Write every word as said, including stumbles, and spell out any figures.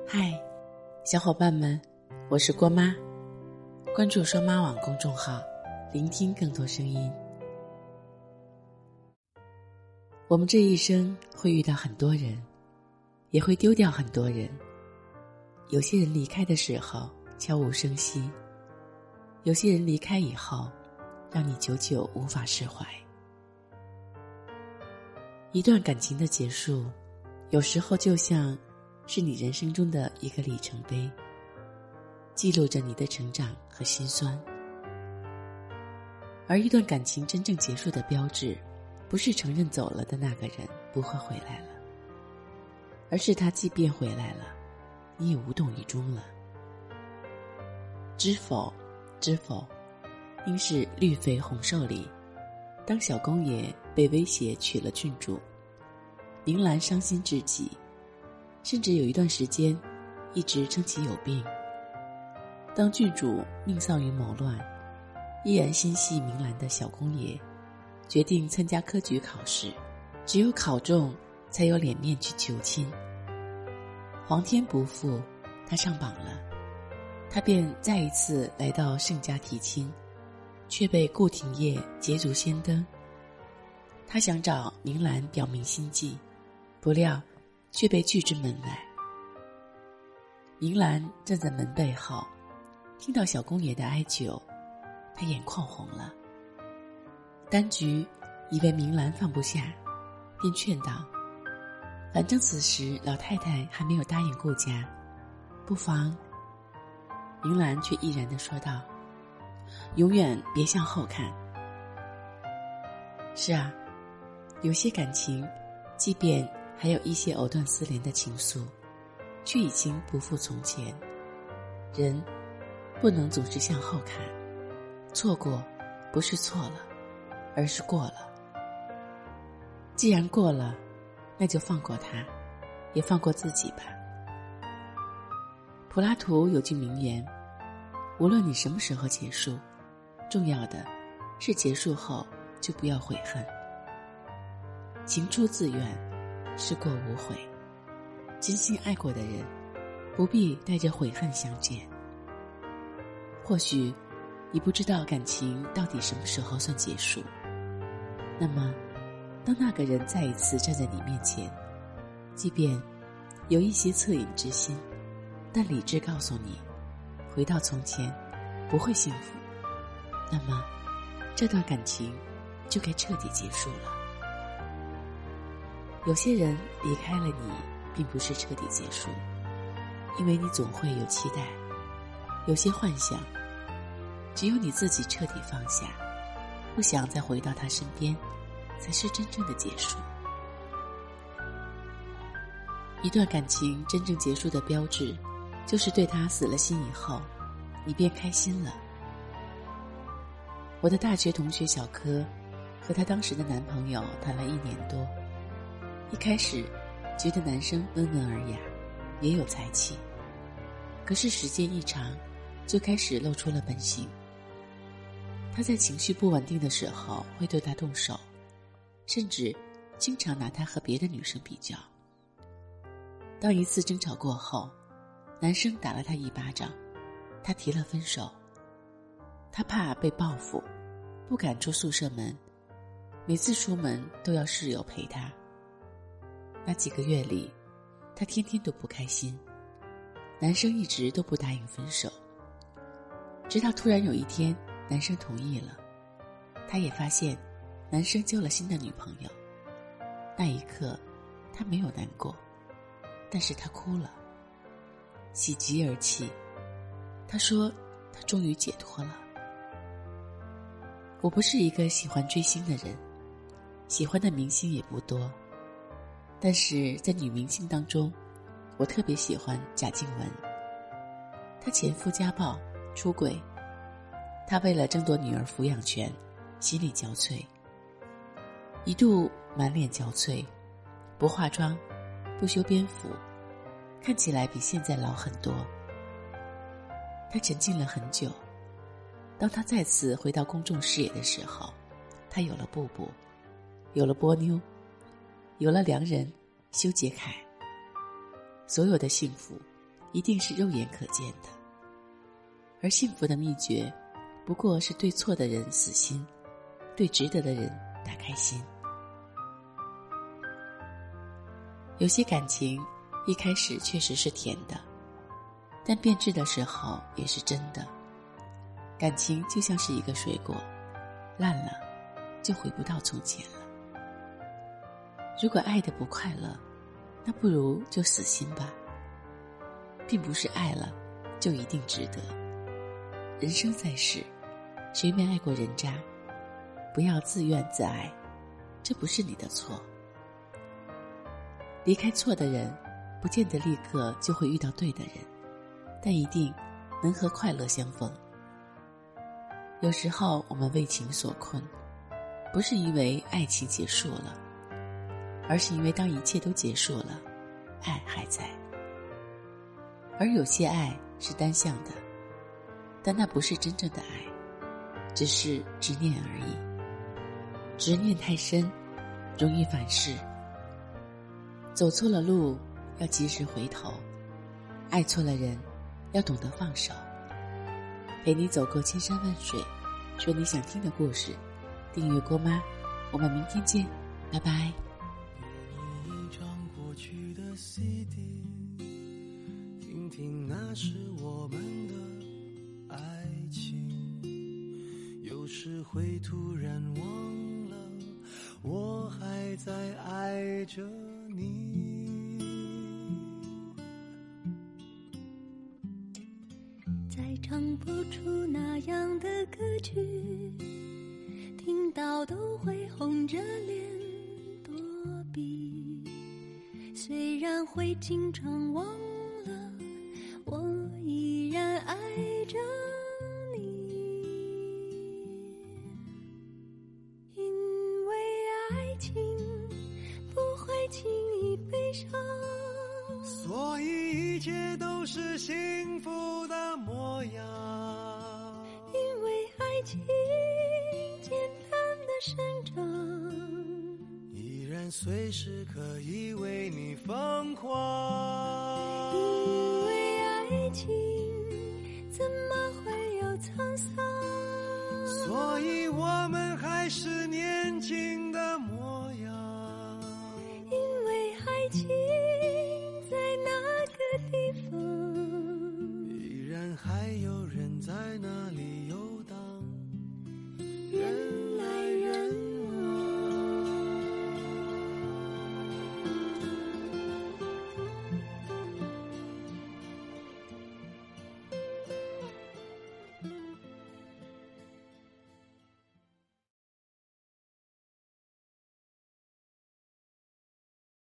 嗨，小伙伴们，我是郭妈，关注双妈网公众号，聆听更多声音。我们这一生会遇到很多人，也会丢掉很多人。有些人离开的时候悄无声息，有些人离开以后让你久久无法释怀。一段感情的结束，有时候就像是你人生中的一个里程碑，记录着你的成长和心酸。而一段感情真正结束的标志，不是承认走了的那个人不会回来了，而是他即便回来了，你也无动于衷了。知否知否，应是绿肥红瘦里，当小公爷被威胁娶了郡主，明兰伤心至极，甚至有一段时间一直称其有病。当郡主命丧于谋乱，依然心系明兰的小公爷决定参加科举考试，只有考中才有脸面去求亲。皇天不负，他上榜了，他便再一次来到盛家提亲，却被顾廷烨捷足先登。他想找明兰表明心迹，不料却被拒之门外。明兰站在门背后，听到小公爷的哀求，他眼眶红了。丹菊以为明兰放不下，便劝道：反正此时老太太还没有答应顾家，不妨。明兰却毅然地说道：永远别向后看。是啊，有些感情即便还有一些藕断丝连的情愫，却已经不复从前。人不能总是向后看，错过不是错了，而是过了。既然过了，那就放过他，也放过自己吧。柏拉图有句名言：无论你什么时候结束，重要的是结束后就不要悔恨。情出自愿，事过无悔。真心爱过的人，不必带着悔恨相见。或许你不知道感情到底什么时候算结束，那么当那个人再一次站在你面前，即便有一些恻隐之心，但理智告诉你，回到从前不会幸福，那么这段感情就该彻底结束了。有些人离开了你，并不是彻底结束，因为你总会有期待，有些幻想，只有你自己彻底放下，不想再回到他身边，才是真正的结束。一段感情真正结束的标志，就是对他死了心以后，你便开心了。我的大学同学小柯和她当时的男朋友谈了一年多，一开始觉得男生温文尔雅，也有才气，可是时间一长，就开始露出了本性。他在情绪不稳定的时候会对他动手，甚至经常拿他和别的女生比较。当一次争吵过后，男生打了他一巴掌，他提了分手。他怕被报复，不敢出宿舍门，每次出门都要室友陪他。那几个月里，他天天都不开心，男生一直都不答应分手。直到突然有一天，男生同意了，他也发现男生交了新的女朋友。那一刻，他没有难过，但是他哭了，喜极而泣。他说他终于解脱了。我不是一个喜欢追星的人，喜欢的明星也不多，但是在女明星当中，我特别喜欢贾静雯。她前夫家暴出轨，她为了争夺女儿抚养权，心力交瘁，一度满脸憔悴，不化妆，不修边幅，看起来比现在老很多。她沉浸了很久，当她再次回到公众视野的时候，她有了布布，有了波妞，有了良人修杰楷。所有的幸福一定是肉眼可见的。而幸福的秘诀，不过是对错的人死心，对值得的人打开心。有些感情一开始确实是甜的，但变质的时候也是真的。感情就像是一个水果，烂了就回不到从前了。如果爱得不快乐，那不如就死心吧。并不是爱了就一定值得。人生在世，谁没爱过人渣？不要自怨自艾，这不是你的错。离开错的人，不见得立刻就会遇到对的人，但一定能和快乐相逢。有时候我们为情所困，不是因为爱情结束了，而是因为当一切都结束了，爱还在。而有些爱是单向的，但那不是真正的爱，只是执念而已。执念太深，容易反噬。走错了路，要及时回头；爱错了人，要懂得放手。陪你走过千山万水，说你想听的故事。订阅郭妈，我们明天见，拜拜。 给你一张过去的 C D， 听听那是我们的爱情。有时会突然忘了，我还在爱着你。 再唱不出那样的歌曲，听到都会红着脸躲避。虽然会经常忘了，我依然爱着你。因为爱情不会轻易悲伤， 所以一切都是幸福的模样。 因为爱情简单的生长， 依然随时可以为你疯狂。 因为爱情怎么会有沧桑， 所以我们还是年轻的模样。 因为爱情